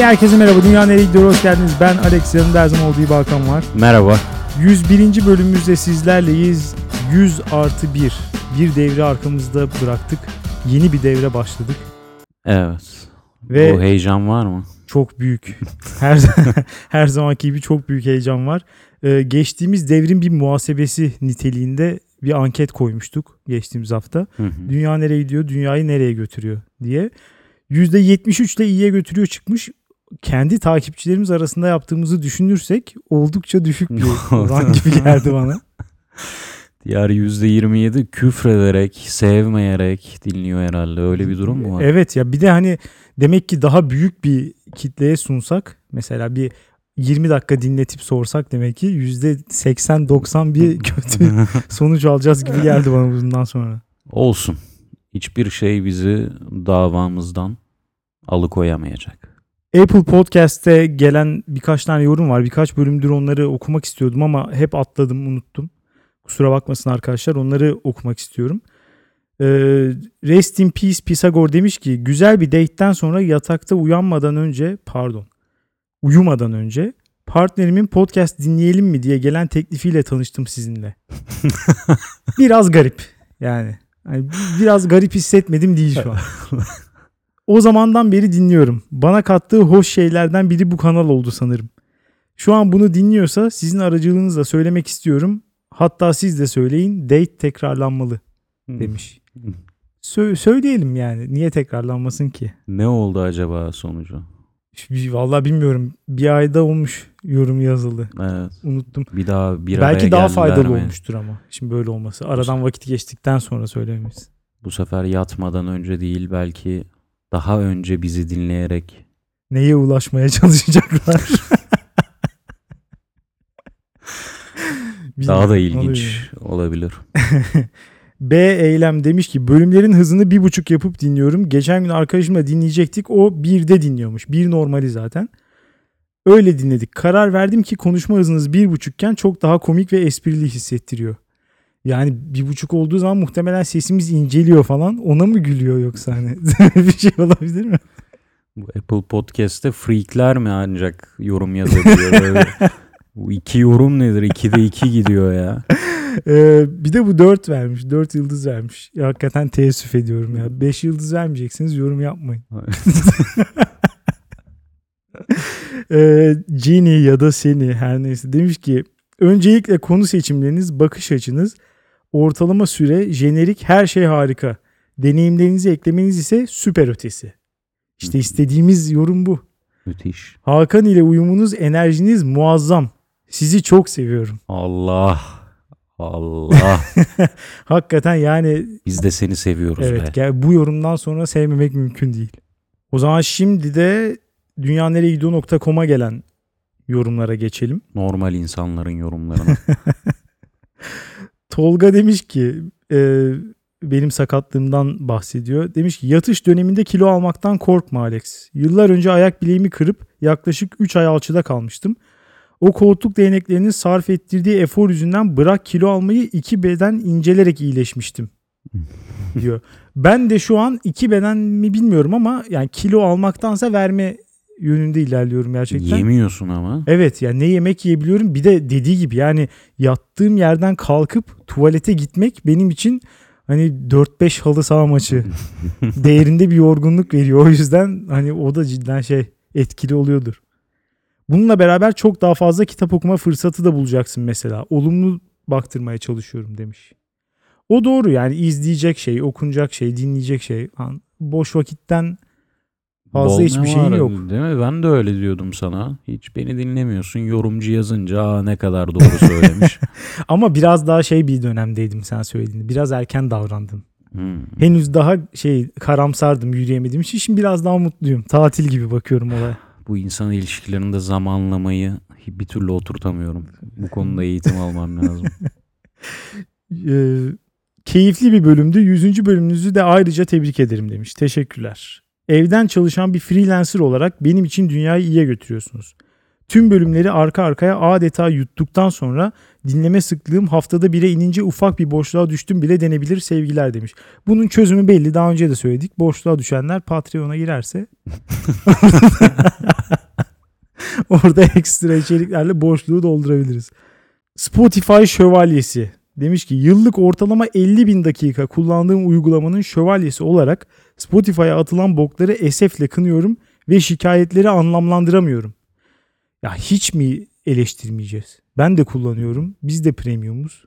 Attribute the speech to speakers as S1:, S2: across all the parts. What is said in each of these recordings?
S1: Herkese merhaba. Dünya nereye gidiyor? Hoş geldiniz. Ben Alex. Yanımda her zaman olduğu gibi Hakan var.
S2: Merhaba.
S1: 101. bölümümüzde sizlerleyiz. 100+1. Bir devre arkamızda bıraktık. Yeni bir devre başladık.
S2: Evet.
S1: Ve
S2: o heyecan var mı?
S1: Çok büyük. Her zamanki gibi çok büyük heyecan var. Geçtiğimiz devrin bir muhasebesi niteliğinde bir anket koymuştuk geçtiğimiz hafta. Dünya nereye gidiyor? Dünyayı nereye götürüyor diye. %73 ile iyiye götürüyor çıkmış. Kendi takipçilerimiz arasında yaptığımızı düşünürsek oldukça düşük bir oran gibi geldi bana.
S2: Diğer %27 küfrederek, sevmeyerek dinliyor herhalde. Öyle bir durum mu var?
S1: Evet ya, bir de hani demek ki daha büyük bir kitleye sunsak, mesela bir 20 dakika dinletip sorsak demek ki %80-90 bir kötü sonuç alacağız gibi geldi bana bundan sonra.
S2: Olsun. Hiçbir şey bizi davamızdan alıkoyamayacak.
S1: Apple Podcast'te gelen birkaç tane yorum var. Birkaç bölümdür onları okumak istiyordum ama hep atladım, unuttum. Kusura bakmasın arkadaşlar, onları okumak istiyorum. Rest in Peace Pisagor demiş ki, güzel bir date'ten sonra yatakta uyumadan önce partnerimin podcast dinleyelim mi diye gelen teklifiyle tanıştım sizinle. Biraz garip yani biraz garip hissetmedim değil şu an. O zamandan beri dinliyorum. Bana kattığı hoş şeylerden biri bu kanal oldu sanırım. Şu an bunu dinliyorsa sizin aracılığınızla söylemek istiyorum. Hatta siz de söyleyin, date tekrarlanmalı demiş. Söyleyelim yani. Niye tekrarlanmasın ki?
S2: Ne oldu acaba sonucu?
S1: Vallahi bilmiyorum. Bir ayda olmuş yorum yazıldı.
S2: Evet.
S1: Unuttum.
S2: Bir daha
S1: belki daha faydalı olmuştur ama. Şimdi böyle olması. Aradan vakit geçtikten sonra söylememiz.
S2: Bu sefer yatmadan önce değil, belki daha önce bizi dinleyerek
S1: neye ulaşmaya çalışacaklar?
S2: Daha da ilginç olabilir.
S1: B Eylem demiş ki, bölümlerin hızını 1.5 yapıp dinliyorum. Geçen gün arkadaşımla dinleyecektik. O 1'de dinliyormuş. 1 normali zaten. Öyle dinledik. Karar verdim ki konuşma hızınız 1.5 iken çok daha komik ve esprili hissettiriyor. Yani 1.5 olduğu zaman muhtemelen sesimiz inceliyor falan. Ona mı gülüyor yoksa hani? Bir şey olabilir mi?
S2: Bu Apple Podcast'te freakler mi ancak yorum yazabiliyor? Böyle. Bu 2 yorum nedir? 2'de 2 gidiyor ya.
S1: Bir de bu 4 vermiş. 4 yıldız vermiş. Ya, hakikaten teessüf ediyorum ya. 5 yıldız vermeyeceksiniz, yorum yapmayın. Jenny ya da seni her neyse demiş ki, öncelikle konu seçimleriniz, bakış açınız, ortalama süre, jenerik, her şey harika. Deneyimlerinizi eklemeniz ise süper ötesi. İşte istediğimiz yorum bu.
S2: Müthiş.
S1: Hakan ile uyumunuz, enerjiniz muazzam. Sizi çok seviyorum.
S2: Allah.
S1: Hakikaten yani.
S2: Biz de seni seviyoruz
S1: evet,
S2: be.
S1: Bu yorumdan sonra sevmemek mümkün değil. O zaman şimdi de dünyanereyegidiyor.com'a gelen yorumlara geçelim.
S2: Normal insanların yorumlarına.
S1: Tolga demiş ki, benim sakatlığımdan bahsediyor. Demiş ki, yatış döneminde kilo almaktan korkma Alex. Yıllar önce ayak bileğimi kırıp yaklaşık 3 ay alçıda kalmıştım. O koltuk değneklerinin sarf ettirdiği efor yüzünden bırak kilo almayı 2 beden incelerek iyileşmiştim diyor. Ben de şu an 2 beden mi bilmiyorum ama yani kilo almaktansa verme yönünde ilerliyorum gerçekten.
S2: Yemiyorsun ama.
S1: Evet, yani ne yemek yiyebiliyorum, bir de dediği gibi yani yattığım yerden kalkıp tuvalete gitmek benim için hani 4-5 halı saha maçı değerinde bir yorgunluk veriyor. O yüzden hani o da cidden etkili oluyordur. Bununla beraber çok daha fazla kitap okuma fırsatı da bulacaksın mesela. Olumlu baktırmaya çalışıyorum demiş. O doğru, yani izleyecek şey, okunacak şey, dinleyecek şey. Boş vakitten fazla hiçbir şeyin yok.
S2: Değil mi? Ben de öyle diyordum sana. Hiç beni dinlemiyorsun. Yorumcu yazınca ne kadar doğru söylemiş.
S1: Ama biraz daha bir dönemdeydim sen söylediğinde. Biraz erken davrandın. Henüz daha karamsardım, yürüyemediğim için. Şimdi biraz daha mutluyum. Tatil gibi bakıyorum olaya.
S2: Bu insan ilişkilerinde zamanlamayı bir türlü oturtamıyorum. Bu konuda eğitim almam lazım.
S1: Keyifli bir bölümdü. 100. bölümünüzü de ayrıca tebrik ederim demiş. Teşekkürler. Evden çalışan bir freelancer olarak benim için dünyayı iyiye götürüyorsunuz. Tüm bölümleri arka arkaya adeta yuttuktan sonra dinleme sıklığım haftada 1'e inince ufak bir boşluğa düştüm bile denebilir, sevgiler demiş. Bunun çözümü belli, daha önce de söyledik. Boşluğa düşenler Patreon'a girerse Orada ekstra içeriklerle boşluğu doldurabiliriz. Spotify şövalyesi. Demiş ki yıllık ortalama 50.000 dakika kullandığım uygulamanın şövalyesi olarak Spotify'a atılan bokları esefle kınıyorum ve şikayetleri anlamlandıramıyorum. Ya hiç mi eleştirmeyeceğiz? Ben de kullanıyorum. Biz de premiumuz.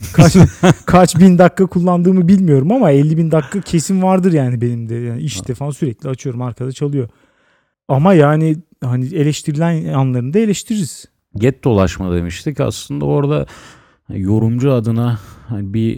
S1: Kaç bin dakika kullandığımı bilmiyorum ama 50.000 dakika kesin vardır yani benim de. Yani işte falan sürekli açıyorum, arkada çalıyor. Ama yani hani eleştirilen anlarında eleştiririz.
S2: Get dolaşma demiştik. Aslında orada yorumcu adına hani bir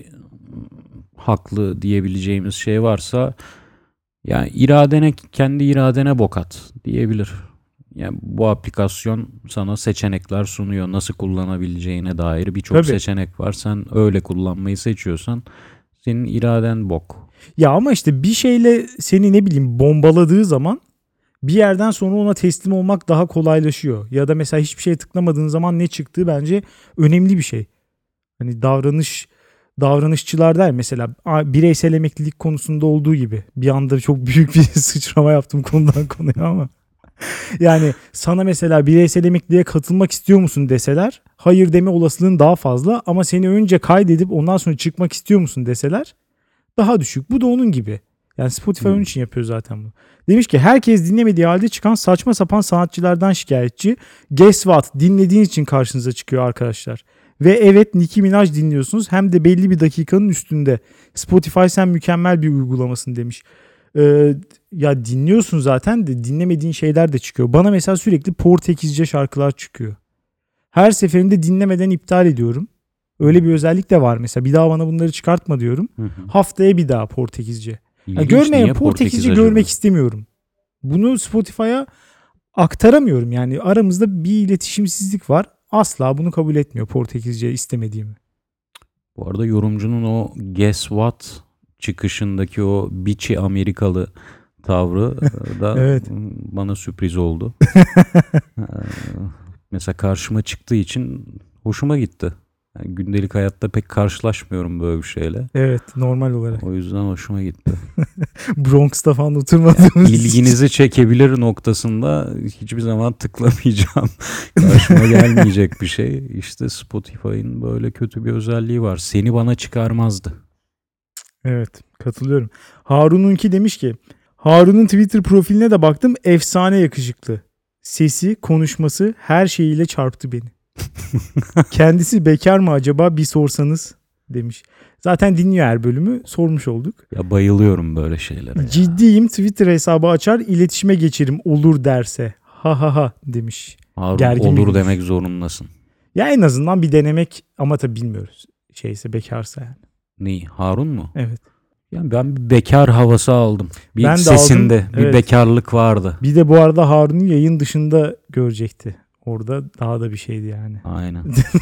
S2: haklı diyebileceğimiz şey varsa yani kendi iradene bok at diyebilir. Yani bu aplikasyon sana seçenekler sunuyor. Nasıl kullanabileceğine dair birçok
S1: Tabii.
S2: seçenek var. Sen öyle kullanmayı seçiyorsan senin iraden bok.
S1: Ya ama işte bir şeyle seni ne bileyim bombaladığı zaman bir yerden sonra ona teslim olmak daha kolaylaşıyor. Ya da mesela hiçbir şeye tıklamadığın zaman ne çıktığı bence önemli bir şey. Hani davranışçılar der mesela bireysel emeklilik konusunda olduğu gibi. Bir anda çok büyük bir sıçrama yaptım konudan konuya ama. Yani sana mesela bireysel emekliliğe katılmak istiyor musun deseler hayır deme olasılığın daha fazla ama seni önce kaydedip ondan sonra çıkmak istiyor musun deseler daha düşük. Bu da onun gibi. Yani Spotify onun için yapıyor zaten bunu. Demiş ki herkes dinlemediği halde çıkan saçma sapan sanatçılardan şikayetçi. Guess what? Dinlediğiniz için karşınıza çıkıyor arkadaşlar. Ve evet Nicki Minaj dinliyorsunuz. Hem de belli bir dakikanın üstünde. Spotify sen mükemmel bir uygulamasın demiş. Ya dinliyorsun zaten de dinlemediğin şeyler de çıkıyor. Bana mesela sürekli Portekizce şarkılar çıkıyor. Her seferinde dinlemeden iptal ediyorum. Öyle bir özellik de var mesela. Bir daha bana bunları çıkartma diyorum. Haftaya bir daha Portekizce. Görmeyen Portekizce görmek istemiyorum. Bunu Spotify'a aktaramıyorum. Yani aramızda bir iletişimsizlik var. Asla bunu kabul etmiyor Portekizce istemediğimi.
S2: Bu arada yorumcunun o Guess What çıkışındaki o biçi Amerikalı tavrı da
S1: Evet.
S2: bana sürpriz oldu. Mesela karşıma çıktığı için hoşuma gitti. Yani gündelik hayatta pek karşılaşmıyorum böyle bir şeyle.
S1: Evet, normal olarak.
S2: O yüzden hoşuma gitti.
S1: Bronx'ta falan oturmadığımız
S2: İlginizi çekebilir noktasında hiçbir zaman tıklamayacağım. Karşıma gelmeyecek bir şey. İşte Spotify'ın böyle kötü bir özelliği var. Seni bana çıkarmazdı.
S1: Evet, katılıyorum. Harun'unki demiş ki Harun'un Twitter profiline de baktım, efsane yakışıklı. Sesi, konuşması her şeyiyle çarptı beni. Kendisi bekar mı acaba bir sorsanız demiş. Zaten dinliyor her bölümü, sormuş olduk.
S2: Ya bayılıyorum böyle şeylere. Ya.
S1: Ciddiyim, Twitter hesabı açar iletişime geçerim olur derse. Ha ha ha demiş.
S2: Harun
S1: Gergin
S2: olur
S1: birmiş.
S2: demek zorundasın.
S1: Ya en azından bir denemek ama tabii bilmiyoruz. Bekarsa yani.
S2: Neyi? Harun mu?
S1: Evet.
S2: Yani ben bir bekar havası aldım. Bir
S1: Ben de
S2: sesinde
S1: aldım,
S2: bir
S1: evet.
S2: Bekarlık vardı.
S1: Bir de bu arada Harun'u yayın dışında görecekti. Orada daha da bir şeydi yani.
S2: Aynen.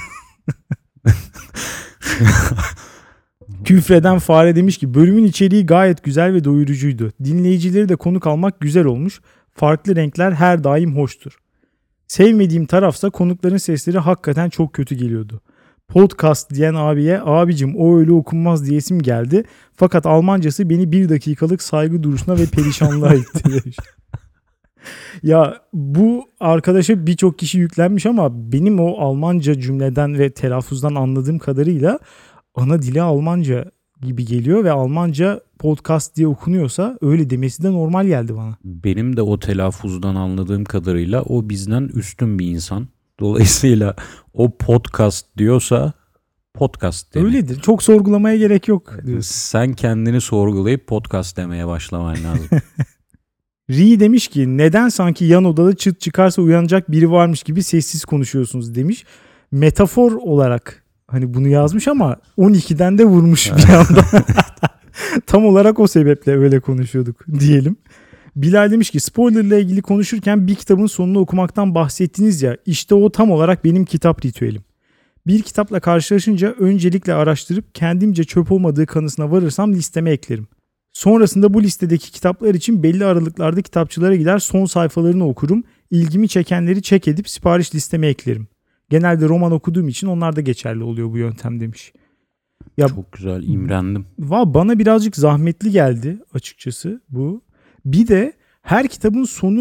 S1: Küfreden Fare demiş ki bölümün içeriği gayet güzel ve doyurucuydu. Dinleyicileri de konuk almak güzel olmuş. Farklı renkler her daim hoştur. Sevmediğim tarafsa konukların sesleri hakikaten çok kötü geliyordu. Podcast diyen abiye abicim o öyle okunmaz diyesim geldi. Fakat Almancası beni 1 dakikalık saygı duruşuna ve perişanlığa itti demiş. Ya bu arkadaşa birçok kişi yüklenmiş ama benim o Almanca cümleden ve telaffuzdan anladığım kadarıyla ana dili Almanca gibi geliyor ve Almanca podcast diye okunuyorsa öyle demesi de normal geldi bana.
S2: Benim de o telaffuzdan anladığım kadarıyla o bizden üstün bir insan. Dolayısıyla o podcast diyorsa podcast demek.
S1: Öyledir. Çok sorgulamaya gerek yok diyorsun.
S2: Sen kendini sorgulayıp podcast demeye başlaman lazım.
S1: Ri demiş ki neden sanki yan odada çıt çıkarsa uyanacak biri varmış gibi sessiz konuşuyorsunuz demiş. Metafor olarak hani bunu yazmış ama 12'den de vurmuş bir anda. Tam olarak o sebeple öyle konuşuyorduk diyelim. Bilal demiş ki spoilerla ilgili konuşurken bir kitabın sonunu okumaktan bahsettiniz ya, işte o tam olarak benim kitap ritüelim. Bir kitapla karşılaşınca öncelikle araştırıp kendimce çöp olmadığı kanısına varırsam listeme eklerim. Sonrasında bu listedeki kitaplar için belli aralıklarda kitapçılara gider son sayfalarını okurum. İlgimi çekenleri check edip sipariş listeme eklerim. Genelde roman okuduğum için onlar da geçerli oluyor bu yöntem demiş. Ya,
S2: çok güzel, imrendim.
S1: Bana birazcık zahmetli geldi açıkçası bu. Bir de her kitabın sonu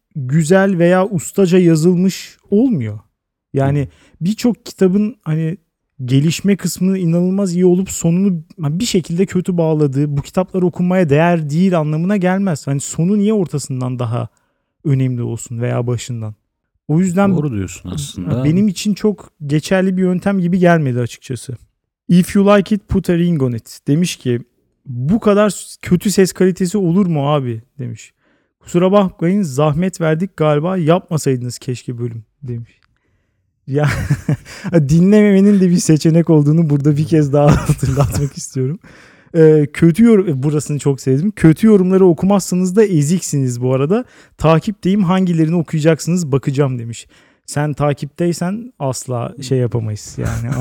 S1: güzel veya ustaca yazılmış olmuyor. Yani birçok kitabın hani gelişme kısmı inanılmaz iyi olup sonunu bir şekilde kötü bağladığı, bu kitaplar okunmaya değer değil anlamına gelmez. Hani sonu niye ortasından daha önemli olsun veya başından? O yüzden
S2: Doğru diyorsun aslında.
S1: benim için çok geçerli bir yöntem gibi gelmedi açıkçası. If you like it, put a ring on it. Demiş ki bu kadar kötü ses kalitesi olur mu abi demiş. Kusura bakmayın zahmet verdik galiba, yapmasaydınız keşke bölüm demiş. Ya dinlememenin de bir seçenek olduğunu burada bir kez daha hatırlatmak istiyorum. Kötü yorum, burasını çok sevdim. Kötü yorumları okumazsanız da eziksiniz bu arada. Takipteyim, hangilerini okuyacaksınız bakacağım demiş. Sen takipteysen asla şey yapamayız yani.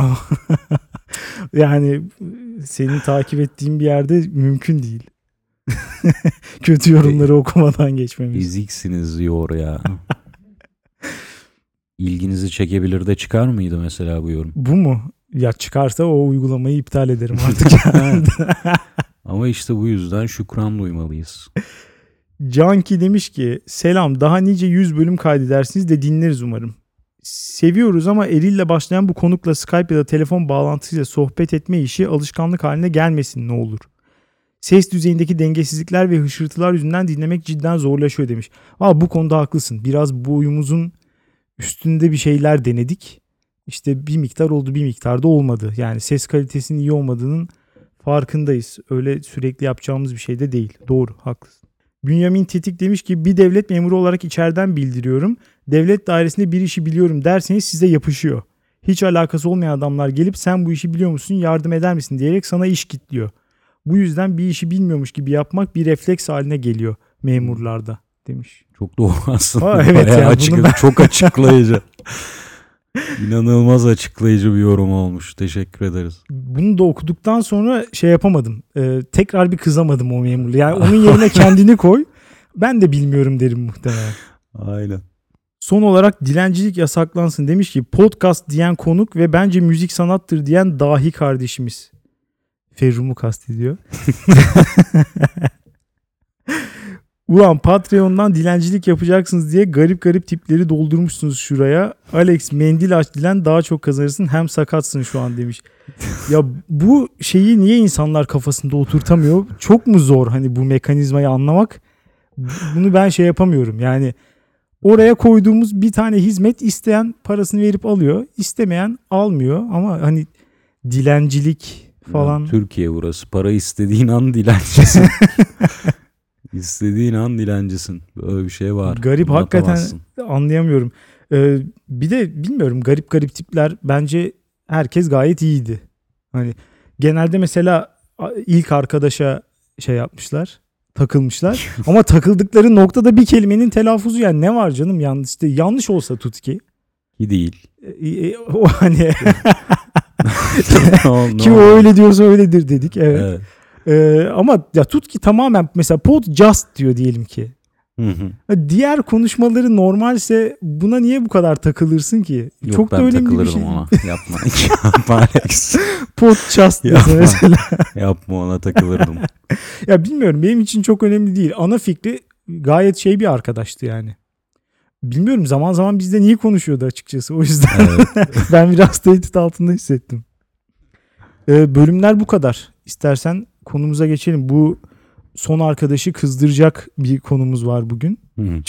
S1: Yani seni takip ettiğim bir yerde mümkün değil. Kötü yorumları okumadan geçmemiz.
S2: Eziksiniz diyor ya. İlginizi çekebilir de çıkar mıydı mesela bu yorum?
S1: Bu mu? Ya çıkarsa o uygulamayı iptal ederim artık.
S2: Ama işte bu yüzden şükran duymalıyız.
S1: Canki demiş ki selam, daha nice 100 bölüm kaydedersiniz de dinleriz umarım. Seviyoruz ama Eril'le başlayan bu konukla Skype ya da telefon bağlantısıyla sohbet etme işi alışkanlık haline gelmesin ne olur. Ses düzeyindeki dengesizlikler ve hışırtılar yüzünden dinlemek cidden zorlaşıyor demiş. Bu konuda haklısın. Biraz boyumuzun üstünde bir şeyler denedik. İşte bir miktar oldu, bir miktar da olmadı. Yani ses kalitesinin iyi olmadığının farkındayız. Öyle sürekli yapacağımız bir şey de değil. Doğru, haklısın. Bünyamin Tetik demiş ki bir devlet memuru olarak içeriden bildiriyorum. Devlet dairesinde bir işi biliyorum derseniz size yapışıyor. Hiç alakası olmayan adamlar gelip sen bu işi biliyor musun, yardım eder misin diyerek sana iş kitliyor. Bu yüzden bir işi bilmiyormuş gibi yapmak bir refleks haline geliyor memurlarda demiş.
S2: Çok doğru aslında.
S1: Evet
S2: Bayağı
S1: yani
S2: çok açıklayıcı. İnanılmaz açıklayıcı bir yorum olmuş. Teşekkür ederiz.
S1: Bunu da okuduktan sonra şey yapamadım. Tekrar bir kızamadım o memurla. Yani onun yerine kendini koy. Ben de bilmiyorum derim muhtemelen.
S2: Aynen.
S1: Son olarak dilencilik yasaklansın demiş ki podcast diyen konuk ve bence müzik sanattır diyen dahi kardeşimiz. Ferrum'u kastediyor. Ulan Patreon'dan dilencilik yapacaksınız diye garip garip tipleri doldurmuşsunuz şuraya. Alex mendil aç dilen daha çok kazanırsın, hem sakatsın şu an demiş. Ya bu şeyi niye insanlar kafasında oturtamıyor? Çok mu zor hani bu mekanizmayı anlamak? Bunu ben şey yapamıyorum. Yani oraya koyduğumuz bir tane hizmet, isteyen parasını verip alıyor, istemeyen almıyor ama hani dilencilik falan.
S2: Ya, Türkiye burası. Para istediğin an dilencisin. İstediğin an dilencisin. Böyle bir şey var.
S1: Garip, hakikaten anlayamıyorum. Bir de bilmiyorum, garip garip tipler, bence herkes gayet iyiydi. Hani genelde mesela ilk arkadaşa şey yapmışlar, takılmışlar. Ama takıldıkları noktada bir kelimenin telaffuzu, yani ne var canım, yanlış işte, yanlış olsa tut ki.
S2: İyi değil.
S1: O hani ki o öyle diyorsa öyledir dedik. Evet. Ama ya tut ki tamamen mesela podcast diyor diyelim ki. Diğer konuşmaları normalse buna niye bu kadar takılırsın ki?
S2: Yok,
S1: çok da önemli bir şey.
S2: ona. Yapma. Yapma Alex.
S1: Podcast mesela.
S2: Yapma, ona takılırdım.
S1: Ya bilmiyorum, benim için çok önemli değil. Ana fikri gayet şey bir arkadaştı yani. Bilmiyorum, zaman zaman bizden iyi konuşuyordu açıkçası. O yüzden evet. Ben biraz tehdit altında hissettim. Bölümler bu kadar. İstersen konumuza geçelim. Bu son arkadaşı kızdıracak bir konumuz var bugün.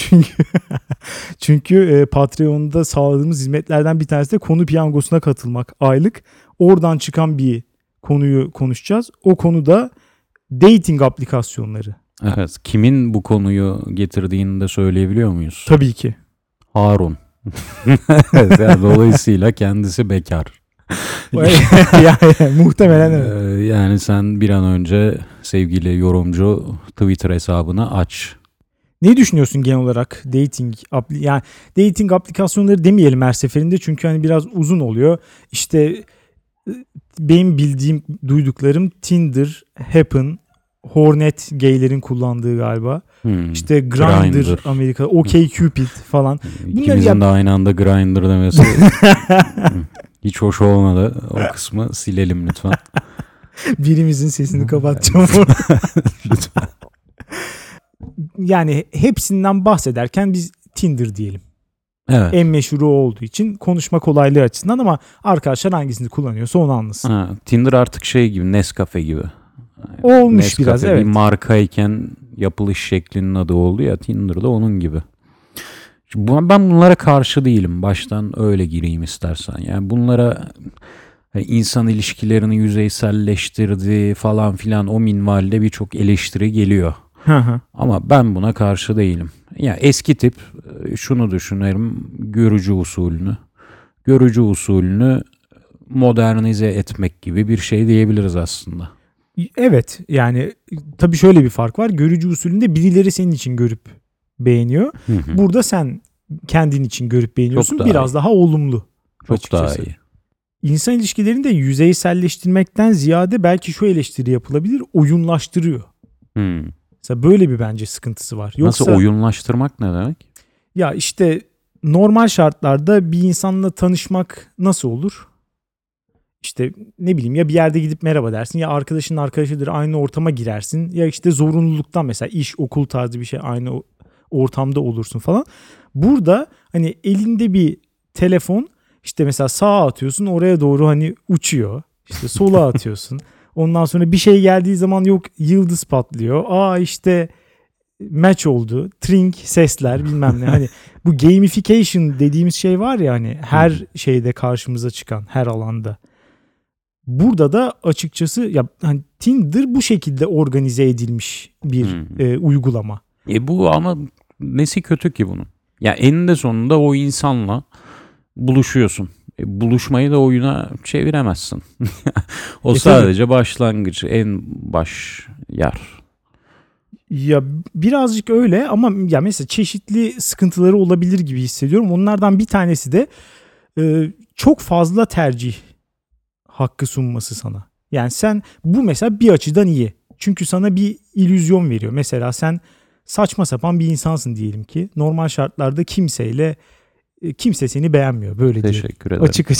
S1: Çünkü Patreon'da sağladığımız hizmetlerden bir tanesi de konu piyangosuna katılmak aylık. Oradan çıkan bir konuyu konuşacağız. O konu da dating aplikasyonları.
S2: Evet. Kimin bu konuyu getirdiğini de söyleyebiliyor muyuz?
S1: Tabii ki.
S2: Harun. Yani dolayısıyla kendisi bekar.
S1: Yani, muhtemelen evet.
S2: Yani sen bir an önce sevgili yorumcu Twitter hesabını aç.
S1: Ne düşünüyorsun genel olarak yani dating aplikasyonları demeyelim her seferinde, çünkü hani biraz uzun oluyor. İşte benim bildiğim, duyduklarım Tinder, Happen, Hornet gaylerin kullandığı galiba. İşte Grindr Amerika, OkCupid falan.
S2: İkimizin de aynı anda Grindr demesi hiç hoş olmadı. O kısmı silelim lütfen.
S1: Birimizin sesini kapatacağım.
S2: Lütfen.
S1: Yani hepsinden bahsederken biz Tinder diyelim.
S2: Evet.
S1: En meşhuru olduğu için konuşma kolaylığı açısından ama arkadaşlar hangisini kullanıyorsa onu anlasın.
S2: Ha, Tinder artık şey gibi, Nescafe gibi.
S1: Olmuş
S2: Nescafe
S1: biraz,
S2: bir
S1: evet.
S2: markayken yapılış şeklinin adı oldu ya, Tinder'da onun gibi. Ben bunlara karşı değilim. Baştan öyle gireyim istersen. Yani bunlara insan ilişkilerini yüzeyselleştirdi falan filan, o minvalde birçok eleştiri geliyor. Ama ben buna karşı değilim. Ya eski tip şunu düşünelim, görücü usulünü modernize etmek gibi bir şey diyebiliriz aslında.
S1: Evet, yani tabii şöyle bir fark var. Görücü usulünde birileri senin için görüp beğeniyor. Burada sen kendin için görüp beğeniyorsun. Biraz daha olumlu.
S2: Çok
S1: açıkçası.
S2: daha iyi.
S1: İnsan ilişkilerini de yüzeyselleştirmekten ziyade belki şu eleştiri yapılabilir: oyunlaştırıyor. Mesela böyle bir bence sıkıntısı var.
S2: Nasıl oyunlaştırmak ne demek?
S1: Ya işte normal şartlarda bir insanla tanışmak nasıl olur? İşte ne bileyim, ya bir yerde gidip merhaba dersin, ya arkadaşının arkadaşıdır, aynı ortama girersin, ya işte zorunluluktan mesela iş, okul tarzı bir şey, aynı ortamda olursun falan. Burada hani elinde bir telefon, işte mesela sağa atıyorsun, oraya doğru hani uçuyor. İşte sola atıyorsun. Ondan sonra bir şey geldiği zaman yok yıldız patlıyor. İşte match oldu. Trink sesler bilmem ne. Hani bu gamification dediğimiz şey var ya, hani her şeyde karşımıza çıkan, her alanda. Burada da açıkçası ya hani Tinder bu şekilde organize edilmiş bir uygulama.
S2: Bu ama nesi kötü ki bunun? Ya eninde sonunda o insanla buluşuyorsun. Buluşmayı da oyuna çeviremezsin. O sadece başlangıç, en baş yer.
S1: Ya birazcık öyle ama ya mesela çeşitli sıkıntıları olabilir gibi hissediyorum. Onlardan bir tanesi de çok fazla tercih hakkı sunması sana. Yani sen bu mesela bir açıdan iyi. Çünkü sana bir illüzyon veriyor. Mesela sen saçma sapan bir insansın diyelim ki. Normal şartlarda kimse seni beğenmiyor. Böyle diyelim.
S2: Teşekkür ederim.
S1: Açık.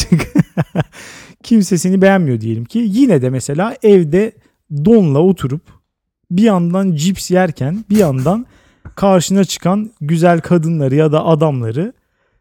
S1: Kimse seni beğenmiyor diyelim ki. Yine de mesela evde donla oturup bir yandan cips yerken bir yandan karşına çıkan güzel kadınları ya da adamları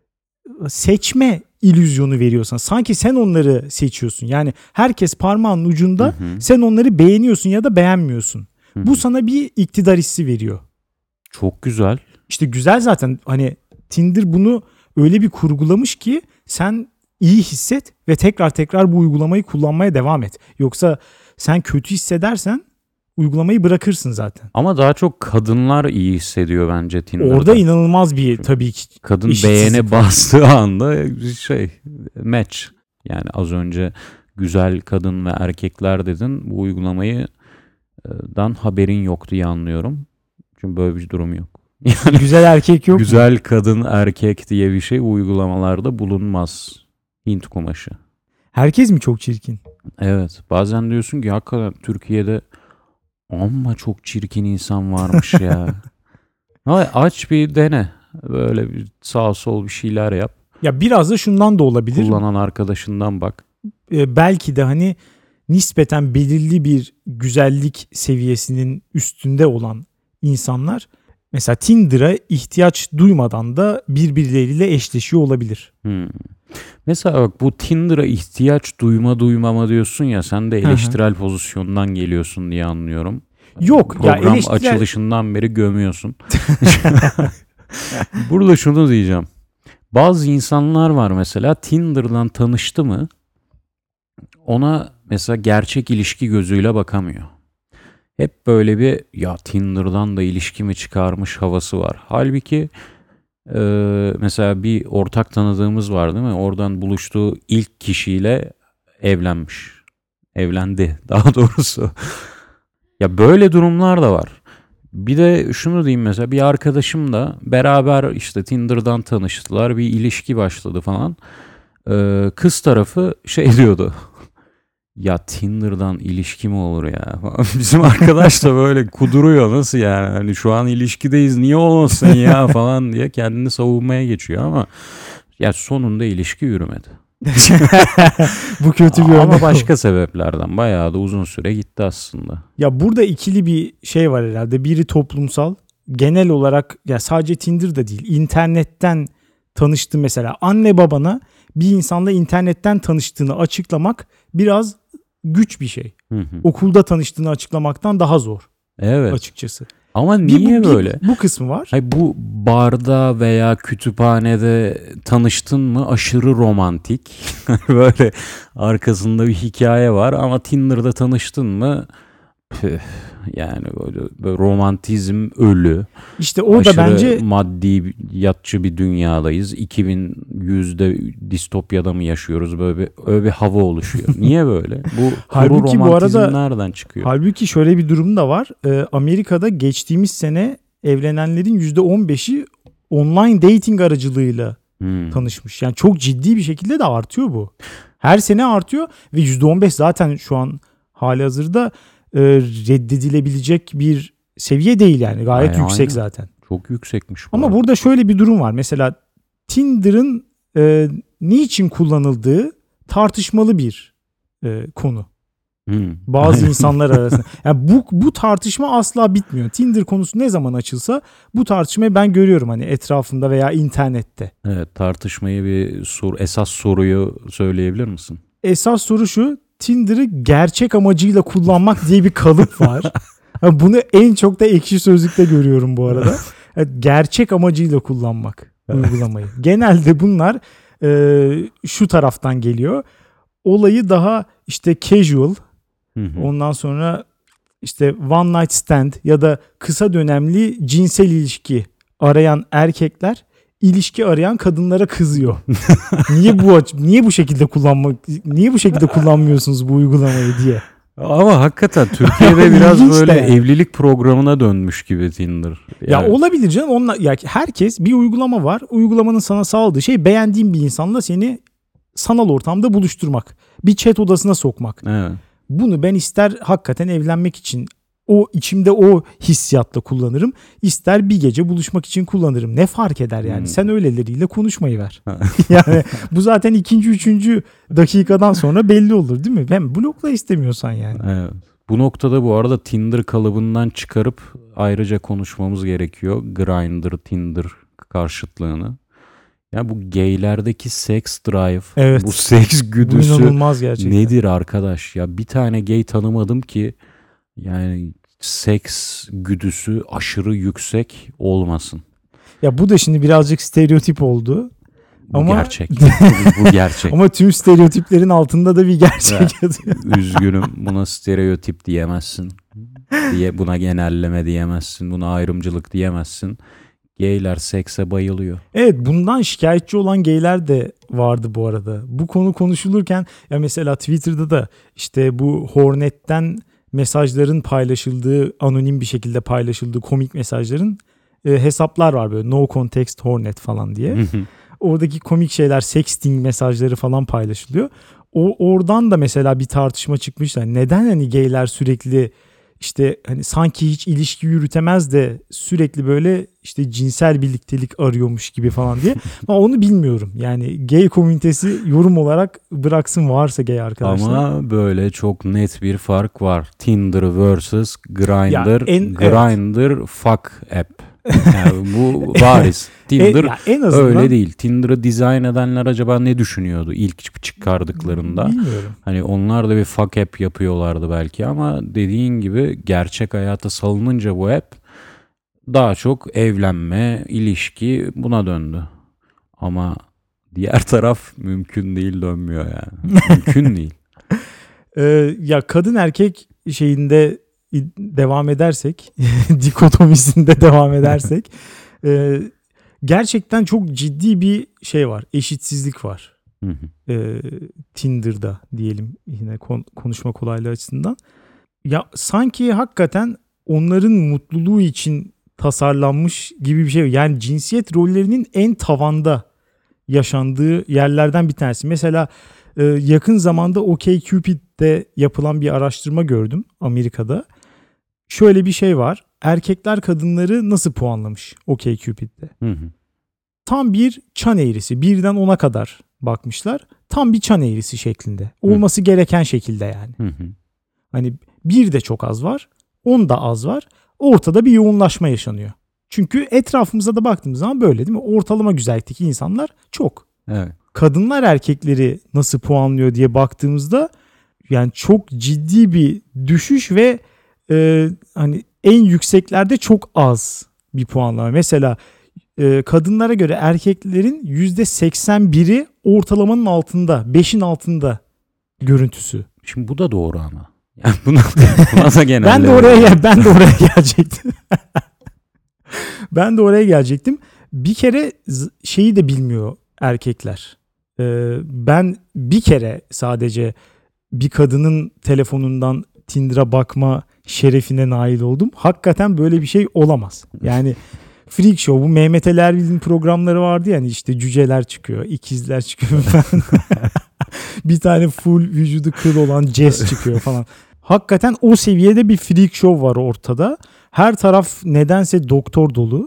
S1: seçme illüzyonu veriyorsan, sanki sen onları seçiyorsun. Yani herkes parmağının ucunda, sen onları beğeniyorsun ya da beğenmiyorsun. Bu sana bir iktidar hissi veriyor.
S2: Çok güzel.
S1: İşte güzel zaten, hani Tinder bunu öyle bir kurgulamış ki sen iyi hisset ve tekrar bu uygulamayı kullanmaya devam et. Yoksa sen kötü hissedersen uygulamayı bırakırsın zaten.
S2: Ama daha çok kadınlar iyi hissediyor bence Tinder'da.
S1: Orada inanılmaz bir tabii ki
S2: kadın beğene bastığı anda match. Yani az önce güzel kadın ve erkekler dedin. Bu uygulamayı dan haberin yok diye anlıyorum. Çünkü böyle bir durum yok.
S1: Yani güzel erkek yok.
S2: Güzel kadın erkek diye bir şey uygulamalarda bulunmaz. Hint kumaşı.
S1: Herkes mi çok çirkin?
S2: Evet. Bazen diyorsun ki hakikaten Türkiye'de amma çok çirkin insan varmış ya. Aç bir dene. Böyle bir sağ sol bir şeyler yap.
S1: Ya biraz da şundan da olabilir.
S2: Kullanan arkadaşından bak.
S1: Belki de hani nispeten belirli bir güzellik seviyesinin üstünde olan insanlar mesela Tinder'a ihtiyaç duymadan da birbirleriyle eşleşiyor olabilir.
S2: Mesela bak, bu Tinder'a ihtiyaç duymama diyorsun ya, sen de eleştirel pozisyondan geliyorsun diye anlıyorum.
S1: Yok
S2: program
S1: ya, eleştirel...
S2: açılışından beri gömüyorsun. Burada şunu diyeceğim. Bazı insanlar var mesela, Tinder'dan tanıştı mı ona mesela gerçek ilişki gözüyle bakamıyor. Hep böyle bir ya Tinder'dan da ilişki mi çıkarmış havası var. Halbuki mesela bir ortak tanıdığımız var değil mi? Oradan buluştuğu ilk kişiyle evlenmiş. Evlendi daha doğrusu. Ya böyle durumlar da var. Bir de şunu diyeyim, mesela bir arkadaşım da beraber işte Tinder'dan tanıştılar. Bir ilişki başladı falan. Kız tarafı şey diyordu. Ya Tinder'dan ilişki mi olur ya? Bizim arkadaş da böyle kuduruyor, nasıl yani? Hani şu an ilişkideyiz, niye olmasın ya falan diye kendini savunmaya geçiyor ama ya sonunda ilişki yürümedi.
S1: Bu kötü bir
S2: ama başka sebeplerden bayağı da uzun süre gitti aslında.
S1: Ya burada ikili bir şey var herhalde. Biri toplumsal, genel olarak ya sadece Tinder'da değil, internetten tanıştığın mesela anne babana bir insanla internetten tanıştığını açıklamak biraz güç bir şey. Okulda tanıştığını açıklamaktan daha zor
S2: Evet.
S1: açıkçası.
S2: Ama niye böyle?
S1: Bu kısmı var.
S2: Hayır, bu barda veya kütüphanede tanıştın mı aşırı romantik. Böyle arkasında bir hikaye var ama Tinder'da tanıştın mı püh, yani böyle romantizm ölü.
S1: İşte o da
S2: Aşırı
S1: bence
S2: maddiyatçı bir dünyadayız. 2100'de distopyada mı yaşıyoruz? Öyle bir hava oluşuyor. Niye böyle? Bu kuru
S1: Halbuki bu
S2: romantizm
S1: arada-
S2: nereden çıkıyor?
S1: halbuki şöyle bir durum da var. Amerika'da geçtiğimiz sene evlenenlerin %15'i online dating aracılığıyla tanışmış. Yani çok ciddi bir şekilde de artıyor bu. Her sene artıyor ve %15 zaten şu an halihazırda reddedilebilecek bir seviye değil yani. Gayet
S2: Aynen.
S1: yüksek zaten.
S2: Çok yüksekmiş bu
S1: Ama
S2: arada.
S1: burada şöyle bir durum var. Mesela Tinder'ın niçin kullanıldığı tartışmalı bir konu. Bazı insanlar arasında. Yani bu tartışma asla bitmiyor. Tinder konusu ne zaman açılsa bu tartışmayı ben görüyorum hani etrafımda veya internette.
S2: Evet, tartışmayı esas soruyu söyleyebilir misin?
S1: Esas soru şu: Tinder'ı gerçek amacıyla kullanmak diye bir kalıp var. Yani bunu en çok da Ekşi Sözlük'te görüyorum bu arada. Yani gerçek amacıyla kullanmak uygulamayı. Genelde bunlar şu taraftan geliyor. Olayı daha işte casual, ondan sonra işte one night stand ya da kısa dönemli cinsel ilişki arayan erkekler ilişki arayan kadınlara kızıyor. Niye bu şekilde kullanmıyorsunuz bu uygulamayı diye.
S2: Ama hakikaten Türkiye'de biraz
S1: İlginç
S2: böyle
S1: de yani.
S2: evlilik programına dönmüş gibi Tinder.
S1: Ya olabilir canım. Ya herkes bir uygulama var. Uygulamanın sana sağladığı şey beğendiğin bir insanla seni sanal ortamda buluşturmak. Bir chat odasına sokmak.
S2: Evet.
S1: Bunu ben ister hakikaten evlenmek için içimde o hissiyatla kullanırım. İster bir gece buluşmak için kullanırım. Ne fark eder yani? Sen öyleleriyle konuşmayı ver. Yani bu zaten 2. 3. dakikadan sonra belli olur değil mi? Ben blokla istemiyorsan yani.
S2: Evet. Bu noktada bu arada Tinder kalıbından çıkarıp ayrıca konuşmamız gerekiyor. Grindr, Tinder karşıtlığını. Ya bu gaylerdeki sex drive,
S1: Evet.
S2: bu seks
S1: Bu
S2: güdüsü
S1: inanılmaz gerçekten.
S2: nedir arkadaş? Ya bir tane gay tanımadım ki yani seks güdüsü aşırı yüksek olmasın.
S1: Ya bu da şimdi birazcık stereotip oldu.
S2: Bu
S1: Ama
S2: gerçek. Bu gerçek.
S1: ama tüm stereotiplerin altında da bir gerçek yatıyor.
S2: Üzgünüm, buna stereotip diyemezsin. Buna genelleme diyemezsin. Buna ayrımcılık diyemezsin. Gayler sekse bayılıyor.
S1: Evet, bundan şikayetçi olan gayler de vardı bu arada. Bu konu konuşulurken ya mesela Twitter'da da işte bu Hornet'ten mesajların paylaşıldığı, anonim bir şekilde paylaşıldığı komik mesajların hesaplar var böyle no context Hornet falan diye. Oradaki komik şeyler, sexting mesajları falan paylaşılıyor. Oradan da mesela bir tartışma çıkmış. Yani neden hani gayler sürekli işte hani sanki hiç ilişki yürütemez de sürekli böyle işte cinsel birliktelik arıyormuş gibi falan diye. Ama onu bilmiyorum. Yani gay komünitesi yorum olarak bıraksın varsa gay arkadaşlar.
S2: Ama böyle çok net bir fark var. Tinder vs. Grindr.
S1: Ya
S2: Grindr fuck app. Yani bu bariz. Tinder
S1: ya en azından,
S2: öyle değil. Tinder'ı dizayn edenler acaba ne düşünüyordu ilk çıkardıklarında?
S1: bilmiyorum.
S2: Hani onlar da bir fuck app yapıyorlardı belki ama dediğin gibi gerçek hayata salınınca bu app daha çok evlenme, ilişki buna döndü. Ama diğer taraf mümkün değil, dönmüyor yani. Mümkün değil.
S1: Ya kadın erkek şeyinde devam edersek, dikotomisinde devam edersek gerçekten çok ciddi bir şey var. Eşitsizlik var. Tinder'da diyelim, yine konuşma kolaylığı açısından. Ya sanki hakikaten onların mutluluğu için tasarlanmış gibi bir şey. Yani cinsiyet rollerinin en tavanda yaşandığı yerlerden bir tanesi. Mesela yakın zamanda OkCupid'de yapılan bir araştırma gördüm Amerika'da. Şöyle bir şey var. Erkekler kadınları nasıl puanlamış OkCupid'de? Tam bir çan eğrisi. 1'den 10'a kadar bakmışlar. Tam bir çan eğrisi şeklinde. Olması gereken şekilde yani. Hani 1 de çok az var. 10 da az var. Ortada bir yoğunlaşma yaşanıyor. Çünkü etrafımıza da baktığımız zaman böyle değil mi? Ortalama güzellikteki insanlar çok.
S2: Evet.
S1: Kadınlar erkekleri nasıl puanlıyor diye baktığımızda yani çok ciddi bir düşüş ve hani en yükseklerde çok az bir puanlama. Mesela kadınlara göre erkeklerin %81'i ortalamanın altında, 5'in altında görüntüsü.
S2: Şimdi bu da doğru ama. Yani buna da genelde.
S1: Ben de oraya gelecektim. Ben de oraya gelecektim. Bir kere şeyi de bilmiyor erkekler. Ben bir kere sadece bir kadının telefonundan Tinder'a bakma şerefine nail oldum. Hakikaten böyle bir şey olamaz. Yani Freak Show, bu Mehmet Ali Erbil'in programları vardı yani, işte cüceler çıkıyor, ikizler çıkıyor falan. Bir tane full vücudu kıl olan Jess çıkıyor falan. Hakikaten o seviyede bir freak show var ortada. Her taraf nedense doktor dolu.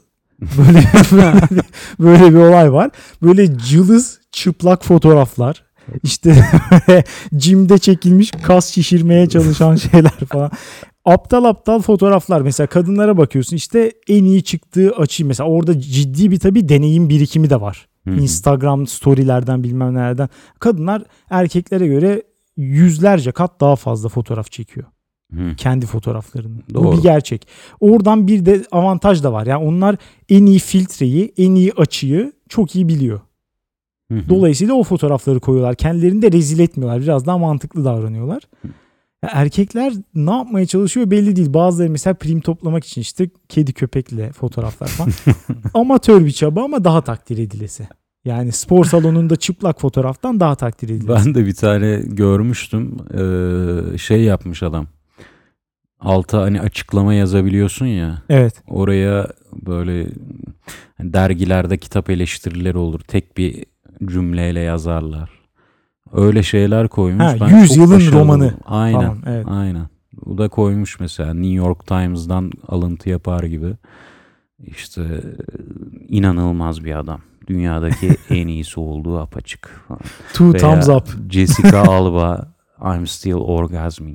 S1: Böyle bir olay var. Böyle cılız çıplak fotoğraflar. İşte jimde çekilmiş kas şişirmeye çalışan şeyler falan. Aptal aptal fotoğraflar. Mesela kadınlara bakıyorsun, işte en iyi çıktığı açı. Mesela orada ciddi bir tabii deneyim birikimi de var. Instagram storylerden bilmem nelerden. Kadınlar erkeklere göre yüzlerce kat daha fazla fotoğraf çekiyor. Kendi fotoğraflarını.
S2: Doğru.
S1: Bu bir gerçek. Oradan bir de avantaj da var. Yani onlar en iyi filtreyi, en iyi açıyı çok iyi biliyor. Dolayısıyla o fotoğrafları koyuyorlar. Kendilerini de rezil etmiyorlar. Biraz daha mantıklı davranıyorlar. Ya erkekler ne yapmaya çalışıyor belli değil. Bazıları mesela prim toplamak için işte kedi köpekle fotoğraflar falan. Amatör bir çaba ama daha takdir edilesi. Yani spor salonunda çıplak fotoğraftan daha takdir edilesi.
S2: Ben de bir tane görmüştüm. Şey yapmış adam. Alta hani açıklama yazabiliyorsun ya.
S1: Evet.
S2: Oraya böyle dergilerde kitap eleştirileri olur. Tek bir cümleyle yazarlar. Öyle şeyler koymuş.
S1: Ha,
S2: Ben
S1: 100
S2: çok
S1: yılın
S2: başarılı
S1: romanı
S2: buldum. Aynen.
S1: falan, evet.
S2: Aynen. Bu da koymuş mesela New York Times'dan alıntı yapar gibi. İşte inanılmaz bir adam. Dünyadaki en iyisi olduğu apaçık falan.
S1: Two thumbs up.
S2: Jessica Alba, I'm still orgasming.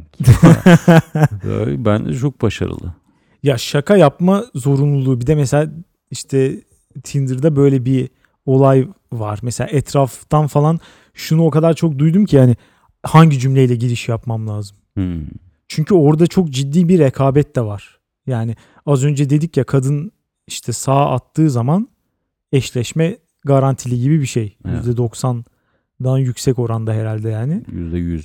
S2: Bence çok başarılı.
S1: Ya şaka yapma zorunluluğu. Bir de mesela işte Tinder'da böyle bir olay var. Mesela etraftan falan şunu o kadar çok duydum ki, yani hangi cümleyle giriş yapmam lazım. Çünkü orada çok ciddi bir rekabet de var. Yani az önce dedik ya, kadın işte sağa attığı zaman eşleşme garantili gibi bir şey.
S2: Evet.
S1: %90'dan yüksek oranda herhalde yani.
S2: %100.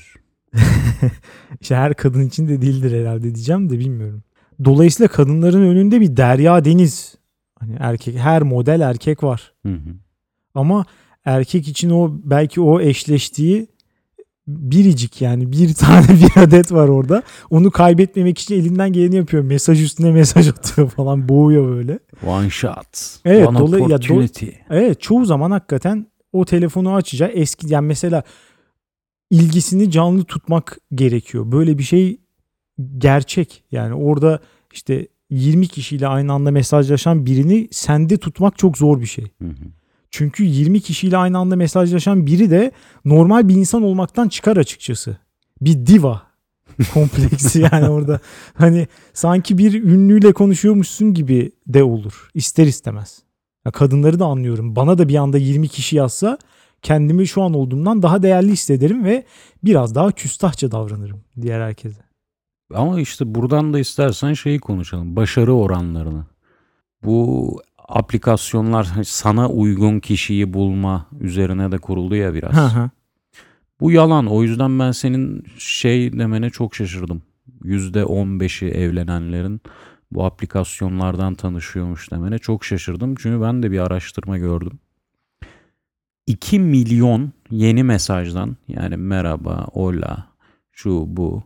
S1: İşte her kadın için de değildir herhalde diyeceğim de bilmiyorum. Dolayısıyla kadınların önünde bir derya deniz. Hani erkek, her model erkek var. Ama erkek için o belki o eşleştiği biricik, yani bir tane bir adet var orada. Onu kaybetmemek için elinden geleni yapıyor. Mesaj üstüne mesaj atıyor falan, boğuyor böyle.
S2: One shot.
S1: Evet,
S2: one opportunity.
S1: evet, çoğu zaman hakikaten o telefonu açacak. Yani mesela ilgisini canlı tutmak gerekiyor. Böyle bir şey gerçek. Yani orada işte 20 kişiyle aynı anda mesajlaşan birini sende tutmak çok zor bir şey. Çünkü 20 kişiyle aynı anda mesajlaşan biri de normal bir insan olmaktan çıkar açıkçası. Bir diva kompleksi yani orada. Hani sanki bir ünlüyle konuşuyormuşsun gibi de olur. İster istemez. Ya kadınları da anlıyorum. Bana da bir anda 20 kişi yazsa kendimi şu an olduğumdan daha değerli hissederim ve biraz daha küstahça davranırım diğer herkese.
S2: Ama işte buradan da istersen şeyi konuşalım. Başarı oranlarını. Bu aplikasyonlar sana uygun kişiyi bulma üzerine de kuruldu ya biraz. Bu yalan. O yüzden ben senin şey demene çok şaşırdım. %15'i evlenenlerin bu aplikasyonlardan tanışıyormuş demene çok şaşırdım. Çünkü ben de bir araştırma gördüm. 2 milyon yeni mesajdan, yani merhaba, hola, şu bu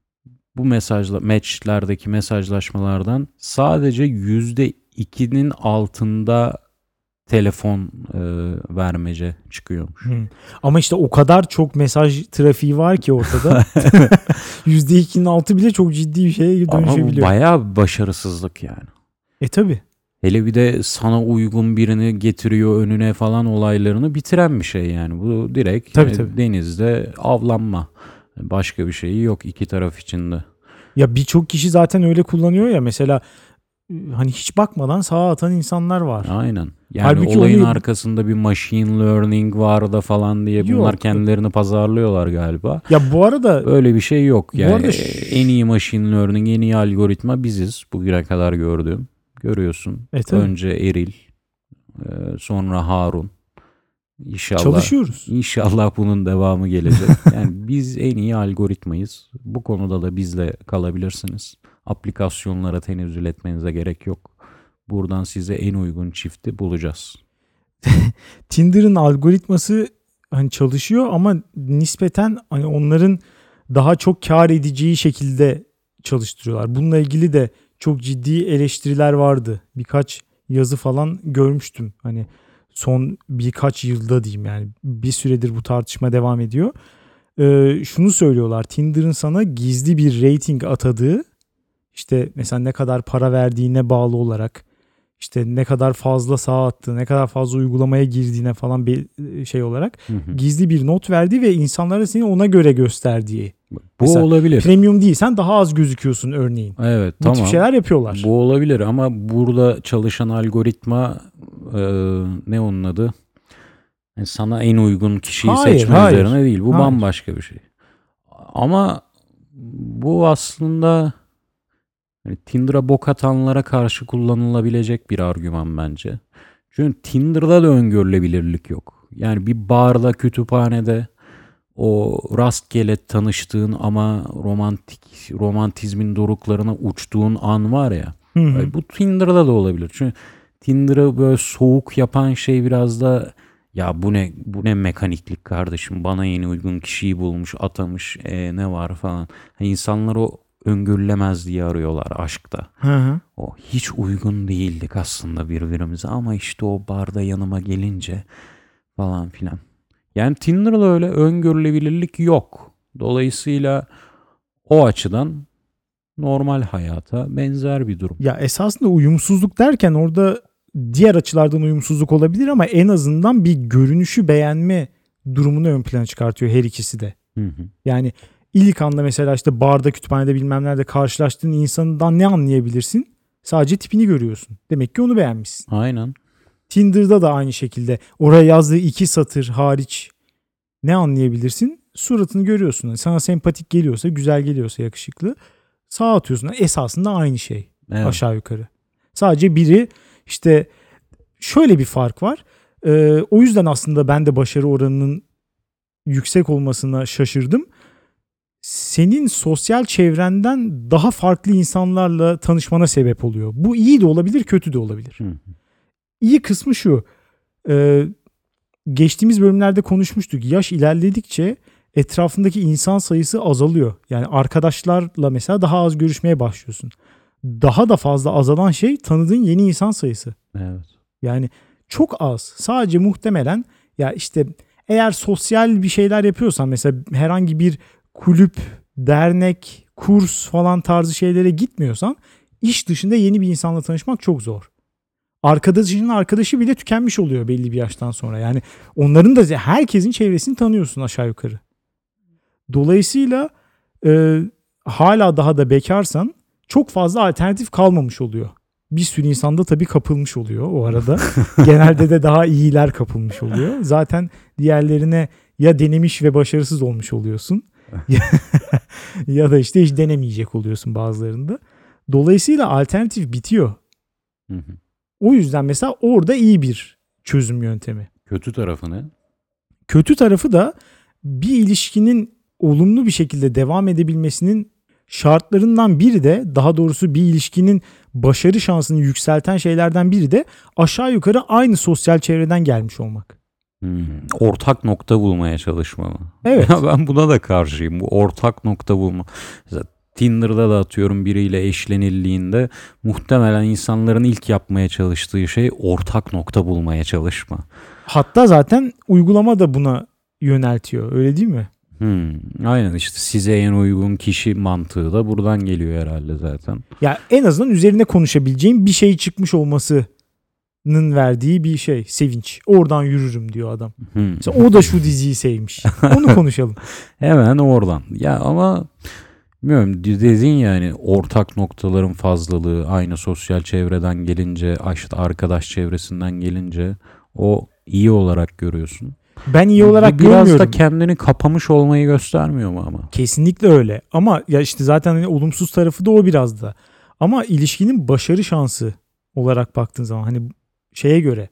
S2: matchlerdeki mesajlaşmalardan sadece %2'nin altında telefon vermece çıkıyormuş.
S1: Ama işte o kadar çok mesaj trafiği var ki ortada. %2'nin altı bile çok ciddi bir şeye dönüşebiliyor.
S2: Ama bayağı başarısızlık yani.
S1: Tabii.
S2: Hele bir de sana uygun birini getiriyor önüne falan olaylarını bitiren bir şey yani. Bu direkt
S1: Tabii.
S2: denizde avlanma. Başka bir şeyi yok iki taraf içinde.
S1: Ya birçok kişi zaten öyle kullanıyor ya. Mesela hani hiç bakmadan sağa atan insanlar var.
S2: Aynen. Yani
S1: Halbuki
S2: olayın
S1: onu-
S2: arkasında bir machine learning var da falan diye bunlar
S1: Yok.
S2: kendilerini pazarlıyorlar galiba.
S1: Ya bu arada
S2: Öyle bir şey yok.
S1: Bu
S2: Yani
S1: arada
S2: en iyi machine learning, en iyi algoritma biziz. Bugüne kadar gördüğüm. Görüyorsun.
S1: tabii.
S2: Önce Eril, sonra Harun. İnşallah.
S1: Çalışıyoruz.
S2: İnşallah bunun devamı gelecek. Yani biz en iyi algoritmayız. Bu konuda da bizle kalabilirsiniz. Aplikasyonlara tenezzül etmenize gerek yok. Buradan size en uygun çifti bulacağız.
S1: Tinder'ın algoritması hani çalışıyor ama nispeten hani onların daha çok kar edeceği şekilde çalıştırıyorlar. Bununla ilgili de çok ciddi eleştiriler vardı. Birkaç yazı falan görmüştüm. Hani son birkaç yılda diyeyim, yani bir süredir bu tartışma devam ediyor. Şunu söylüyorlar. Tinder'ın sana gizli bir rating atadığı, işte mesela ne kadar para verdiğine bağlı olarak, işte ne kadar fazla sağa attı, ne kadar fazla uygulamaya girdiğine falan bir şey olarak gizli bir not verdiği ve insanlara seni ona göre gösterdiği.
S2: Bu
S1: Mesela
S2: olabilir.
S1: Premium değilsen daha az gözüküyorsun örneğin.
S2: Evet,
S1: Bu
S2: tamam.
S1: tip şeyler yapıyorlar.
S2: Bu olabilir ama burada çalışan algoritma ne onun adı? Yani sana en uygun kişiyi
S1: Hayır,
S2: seçme
S1: hayır.
S2: üzerine değil. Bu
S1: Hayır.
S2: bambaşka bir şey. Ama bu aslında yani Tinder'a bok atanlara karşı kullanılabilecek bir argüman bence. Çünkü Tinder'da da öngörülebilirlik yok. Yani bir barda, kütüphanede o rastgele tanıştığın ama romantizmin doruklarına uçtuğun an var ya.
S1: Hı hı.
S2: Bu Tinder'da da olabilir. Çünkü Tinder'ı böyle soğuk yapan şey biraz da ya bu ne mekaniklik kardeşim, bana yeni uygun kişiyi bulmuş, atamış, ne var falan. Hani insanlar o öngörülemezliği arıyorlar aşkta.
S1: Hı hı.
S2: O hiç uygun değildik aslında birbirimize ama işte o barda yanıma gelince falan filan. Yani Tinder'da öyle öngörülebilirlik yok. Dolayısıyla o açıdan normal hayata benzer bir durum.
S1: Ya esasında uyumsuzluk derken orada diğer açılardan uyumsuzluk olabilir ama en azından bir görünüşü beğenme durumunu ön plana çıkartıyor her ikisi de.
S2: Hı hı.
S1: Yani ilk anda mesela işte barda, kütüphanede bilmem nerede karşılaştığın insandan ne anlayabilirsin? Sadece tipini görüyorsun. Demek ki onu beğenmişsin.
S2: Aynen.
S1: Tinder'da da aynı şekilde oraya yazdığı 2 satır hariç ne anlayabilirsin? Suratını görüyorsun. Yani sana sempatik geliyorsa, güzel geliyorsa, yakışıklı sağa atıyorsun. Esasında aynı şey.
S2: Evet.
S1: Aşağı yukarı. Sadece biri işte şöyle bir fark var. O yüzden aslında ben de başarı oranının yüksek olmasına şaşırdım. Senin sosyal çevrenden daha farklı insanlarla tanışmana sebep oluyor. Bu iyi de olabilir, kötü de olabilir.
S2: Hı hı.
S1: İyi kısmı şu. Geçtiğimiz bölümlerde konuşmuştuk. Yaş ilerledikçe etrafındaki insan sayısı azalıyor. Yani arkadaşlarla mesela daha az görüşmeye başlıyorsun. Daha da fazla azalan şey tanıdığın yeni insan sayısı.
S2: Evet.
S1: Yani çok az. Sadece muhtemelen ya işte eğer sosyal bir şeyler yapıyorsan, mesela herhangi bir kulüp, dernek, kurs falan tarzı şeylere gitmiyorsan iş dışında yeni bir insanla tanışmak çok zor. Arkadaşının arkadaşı bile tükenmiş oluyor belli bir yaştan sonra. Yani onların da herkesin çevresini tanıyorsun aşağı yukarı. Dolayısıyla hala daha da bekarsan çok fazla alternatif kalmamış oluyor. Bir sürü insan da tabii kapılmış oluyor o arada. Genelde de daha iyiler kapılmış oluyor. Zaten diğerlerine ya denemiş ve başarısız olmuş oluyorsun. Ya da işte hiç denemeyecek oluyorsun bazılarında. Dolayısıyla alternatif bitiyor.
S2: Hı hı.
S1: O yüzden mesela orada iyi bir çözüm yöntemi.
S2: Kötü tarafı ne?
S1: Kötü tarafı da bir ilişkinin olumlu bir şekilde devam edebilmesinin şartlarından biri de, daha doğrusu bir ilişkinin başarı şansını yükselten şeylerden biri de aşağı yukarı aynı sosyal çevreden gelmiş olmak.
S2: Ortak nokta bulmaya çalışma mı?
S1: Evet.
S2: Ya ben buna da karşıyım. Bu ortak nokta bulma. Mesela Tinder'da da atıyorum biriyle eşlenildiğinde muhtemelen insanların ilk yapmaya çalıştığı şey ortak nokta bulmaya çalışma.
S1: Hatta zaten uygulama da buna yöneltiyor. Öyle değil mi?
S2: Aynen, işte size en uygun kişi mantığı da buradan geliyor herhalde zaten.
S1: Ya en azından üzerine konuşabileceğim bir şey çıkmış olmasının verdiği bir şey, sevinç. Oradan yürürüm diyor adam. Mesela o da şu diziyi sevmiş. Onu konuşalım.
S2: Hemen oradan. Ya ama Bilmiyorum, dedin yani ortak noktaların fazlalığı, aynı sosyal çevreden gelince, işte arkadaş çevresinden gelince o iyi olarak görüyorsun.
S1: Ben iyi olarak
S2: Bu biraz da
S1: görmüyorum.
S2: kendini kapamış olmayı göstermiyor mu ama?
S1: Kesinlikle öyle. Ama ya işte zaten hani olumsuz tarafı da o biraz da. Ama ilişkinin başarı şansı olarak baktığın zaman hani şeye göre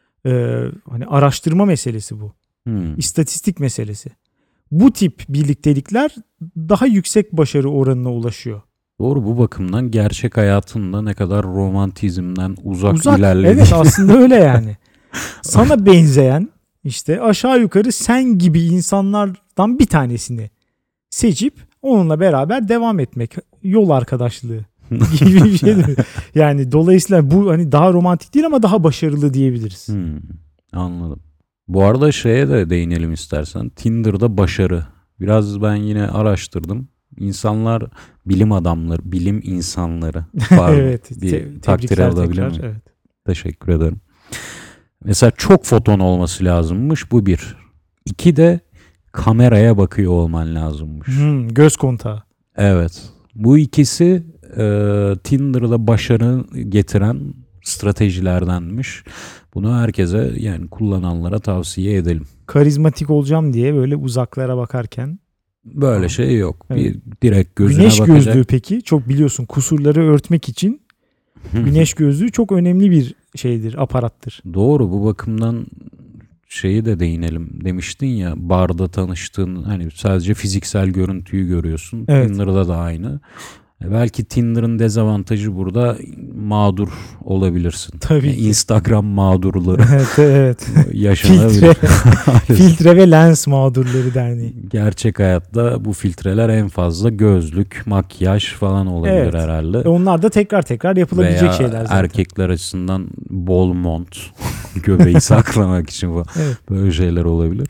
S1: hani araştırma meselesi bu. İstatistik meselesi. Bu tip birliktelikler daha yüksek başarı oranına ulaşıyor.
S2: Doğru, bu bakımdan gerçek hayatında ne kadar romantizmden uzak ilerlediği.
S1: Evet, aslında öyle yani. Sana benzeyen işte aşağı yukarı sen gibi insanlardan bir tanesini seçip onunla beraber devam etmek. Yol arkadaşlığı gibi bir şey. Yani dolayısıyla bu hani daha romantik değil ama daha başarılı diyebiliriz.
S2: Anladım. Bu arada şeye de değinelim istersen. Tinder'da başarı. Biraz ben yine araştırdım. İnsanlar, bilim adamları, bilim insanları var.
S1: Evet.
S2: Bir takdir
S1: Tebrikler
S2: alabilir
S1: tekrar.
S2: miyim?
S1: Evet.
S2: Teşekkür ederim. Mesela çok foton olması lazımmış. Bu bir. İki de kameraya bakıyor olman lazımmış.
S1: Göz kontağı.
S2: Evet. Bu ikisi Tinder'da başarı getiren stratejilerdenmiş. Bunu herkese, yani kullananlara tavsiye edelim.
S1: Karizmatik olacağım diye böyle uzaklara bakarken.
S2: Böyle şey yok.
S1: Evet.
S2: Bir direkt gözüne
S1: Güneş
S2: bakacak.
S1: gözlüğü peki çok biliyorsun kusurları örtmek için güneş gözlüğü çok önemli bir şeydir, aparattır.
S2: Doğru, bu bakımdan şeyi de değinelim. Demiştin ya, barda tanıştığın, hani sadece fiziksel görüntüyü görüyorsun.
S1: Evet.
S2: Tinder'da da aynı. Belki Tinder'ın dezavantajı burada, mağdur olabilirsin.
S1: Tabii ki.
S2: Instagram mağdurları
S1: Evet.
S2: yaşanabilir.
S1: Filtre ve lens mağdurları derneği.
S2: Gerçek hayatta bu filtreler en fazla gözlük, makyaj falan olabilir
S1: Evet.
S2: herhalde.
S1: Onlar da tekrar yapılabilecek
S2: Veya
S1: şeyler zaten.
S2: erkekler açısından bol mont, göbeği saklamak için falan.
S1: Evet.
S2: Böyle şeyler olabilir.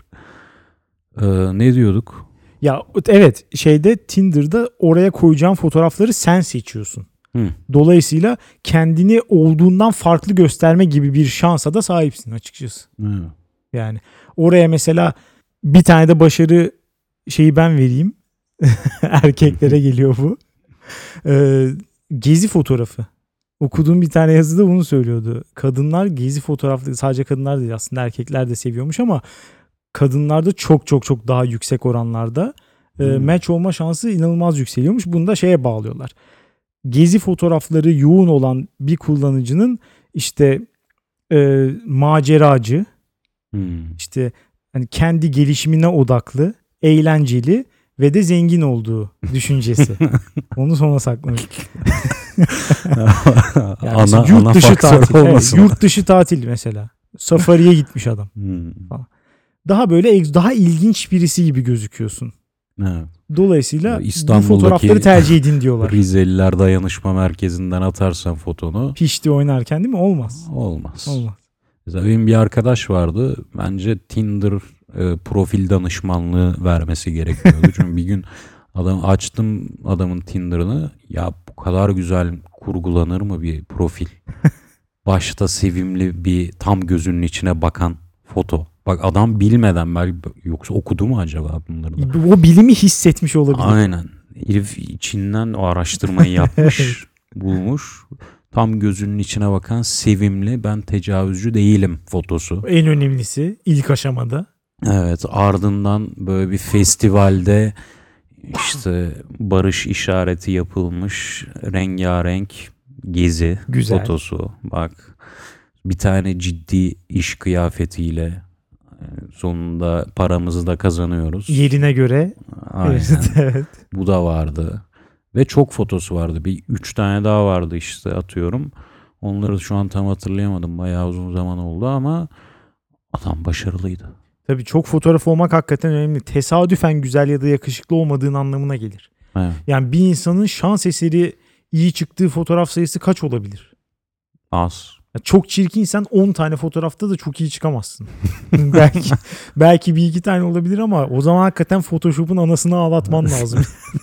S2: Ne diyorduk?
S1: Ya evet, şeyde Tinder'da oraya koyacağın fotoğrafları sen seçiyorsun. Dolayısıyla kendini olduğundan farklı gösterme gibi bir şansa da sahipsin açıkçası. Yani oraya mesela bir tane de başarı şeyi ben vereyim. Erkeklere geliyor bu. Gezi fotoğrafı. Okuduğum bir tane yazıda bunu söylüyordu. Kadınlar gezi fotoğrafları, sadece kadınlar değil aslında erkekler de seviyormuş ama kadınlarda çok daha yüksek oranlarda match olma şansı inanılmaz yükseliyormuş. Bunu da şeye bağlıyorlar. Gezi fotoğrafları yoğun olan bir kullanıcının işte maceracı, işte hani kendi gelişimine odaklı, eğlenceli ve de zengin olduğu düşüncesi. Onu sona saklamış. Yani yurt dışı tatil. Evet, yurt dışı tatil mesela. Safari'ye gitmiş adam. Daha böyle daha ilginç birisi gibi gözüküyorsun.
S2: Evet.
S1: Dolayısıyla bu fotoğrafları tercih edin diyorlar.
S2: Rizeliler Dayanışma Merkezi'nden atarsan fotonu.
S1: Pişti oynarken değil mi? Olmaz.
S2: Olmaz.
S1: Olmaz.
S2: Mesela benim bir arkadaş vardı. Bence Tinder profil danışmanlığı vermesi gerekiyordu. Çünkü bir gün açtım adamın Tinder'ını. Ya bu kadar güzel kurgulanır mı bir profil? Başta sevimli bir tam gözünün içine bakan foto. Bak adam bilmeden, belki yoksa okudu mu acaba bunları da?
S1: O bilimi hissetmiş olabilir.
S2: Aynen. Herif içinden o araştırmayı yapmış, bulmuş. Tam gözünün içine bakan sevimli, ben tecavüzcü değilim fotosu.
S1: En önemlisi ilk aşamada.
S2: Evet, ardından böyle bir festivalde işte barış işareti yapılmış rengarenk gezi
S1: Güzel.
S2: fotosu. Bak, bir tane ciddi iş kıyafetiyle sonunda paramızı da kazanıyoruz.
S1: Yerine göre.
S2: Aynen.
S1: Evet.
S2: Bu da vardı. Ve çok fotosu vardı. Bir 3 tane daha vardı işte, atıyorum. Onları şu an tam hatırlayamadım. Bayağı uzun zaman oldu ama adam başarılıydı.
S1: Tabii çok fotoğraf olmak hakikaten önemli. Tesadüfen güzel ya da yakışıklı olmadığın anlamına gelir.
S2: Evet.
S1: Yani bir insanın şans eseri iyi çıktığı fotoğraf sayısı kaç olabilir?
S2: Az.
S1: Çok çirkinsen 10 tane fotoğrafta da çok iyi çıkamazsın. belki bir iki tane olabilir ama o zaman hakikaten Photoshop'un anasını ağlatman lazım.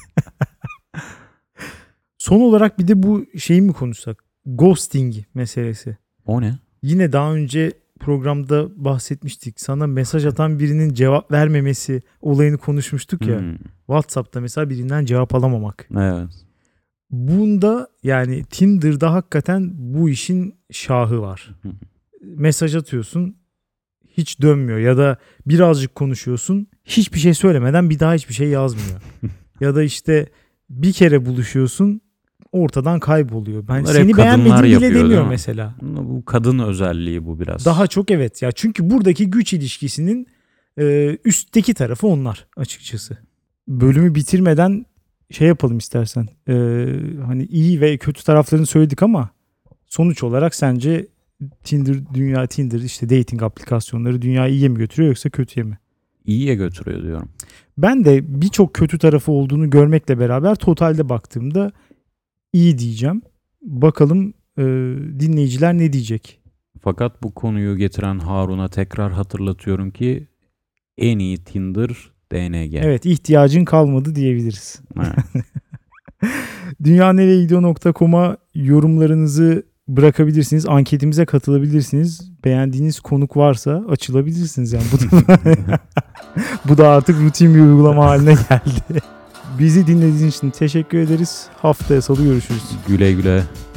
S1: Son olarak bir de bu şeyi mi konuşsak? Ghosting meselesi.
S2: O ne?
S1: Yine daha önce programda bahsetmiştik. Sana mesaj atan birinin cevap vermemesi olayını konuşmuştuk ya. WhatsApp'ta mesela birinden cevap alamamak.
S2: Evet.
S1: Bunda yani Tinder'da hakikaten bu işin şahı var. Mesaj atıyorsun, hiç dönmüyor ya da birazcık konuşuyorsun, hiçbir şey söylemeden bir daha hiçbir şey yazmıyor. Ya da işte bir kere buluşuyorsun, ortadan kayboluyor. Ben
S2: Bunlar
S1: seni
S2: hep
S1: beğenmedim
S2: kadınlar
S1: bile
S2: yapıyor,
S1: demiyor
S2: değil mi?
S1: mesela.
S2: Bu kadın özelliği bu biraz.
S1: Daha çok evet ya, çünkü buradaki güç ilişkisinin üstteki tarafı onlar açıkçası. Bölümü bitirmeden şey yapalım istersen. Hani iyi ve kötü taraflarını söyledik ama sonuç olarak sence Tinder işte dating aplikasyonları dünyayı iyiye mi götürüyor yoksa kötüye mi?
S2: İyiye götürüyor diyorum.
S1: Ben de birçok kötü tarafı olduğunu görmekle beraber totalde baktığımda iyi diyeceğim. Bakalım dinleyiciler ne diyecek?
S2: Fakat bu konuyu getiren Harun'a tekrar hatırlatıyorum ki en iyi Tinder DNG.
S1: Evet, ihtiyacın kalmadı diyebiliriz.
S2: Evet.
S1: dünyanereyegidiyor.com'a yorumlarınızı bırakabilirsiniz. Anketimize katılabilirsiniz. Beğendiğiniz konuk varsa açılabilirsiniz yani. Bu da artık rutin bir uygulama haline geldi. Bizi dinlediğiniz için teşekkür ederiz. Haftaya salı görüşürüz.
S2: Güle güle.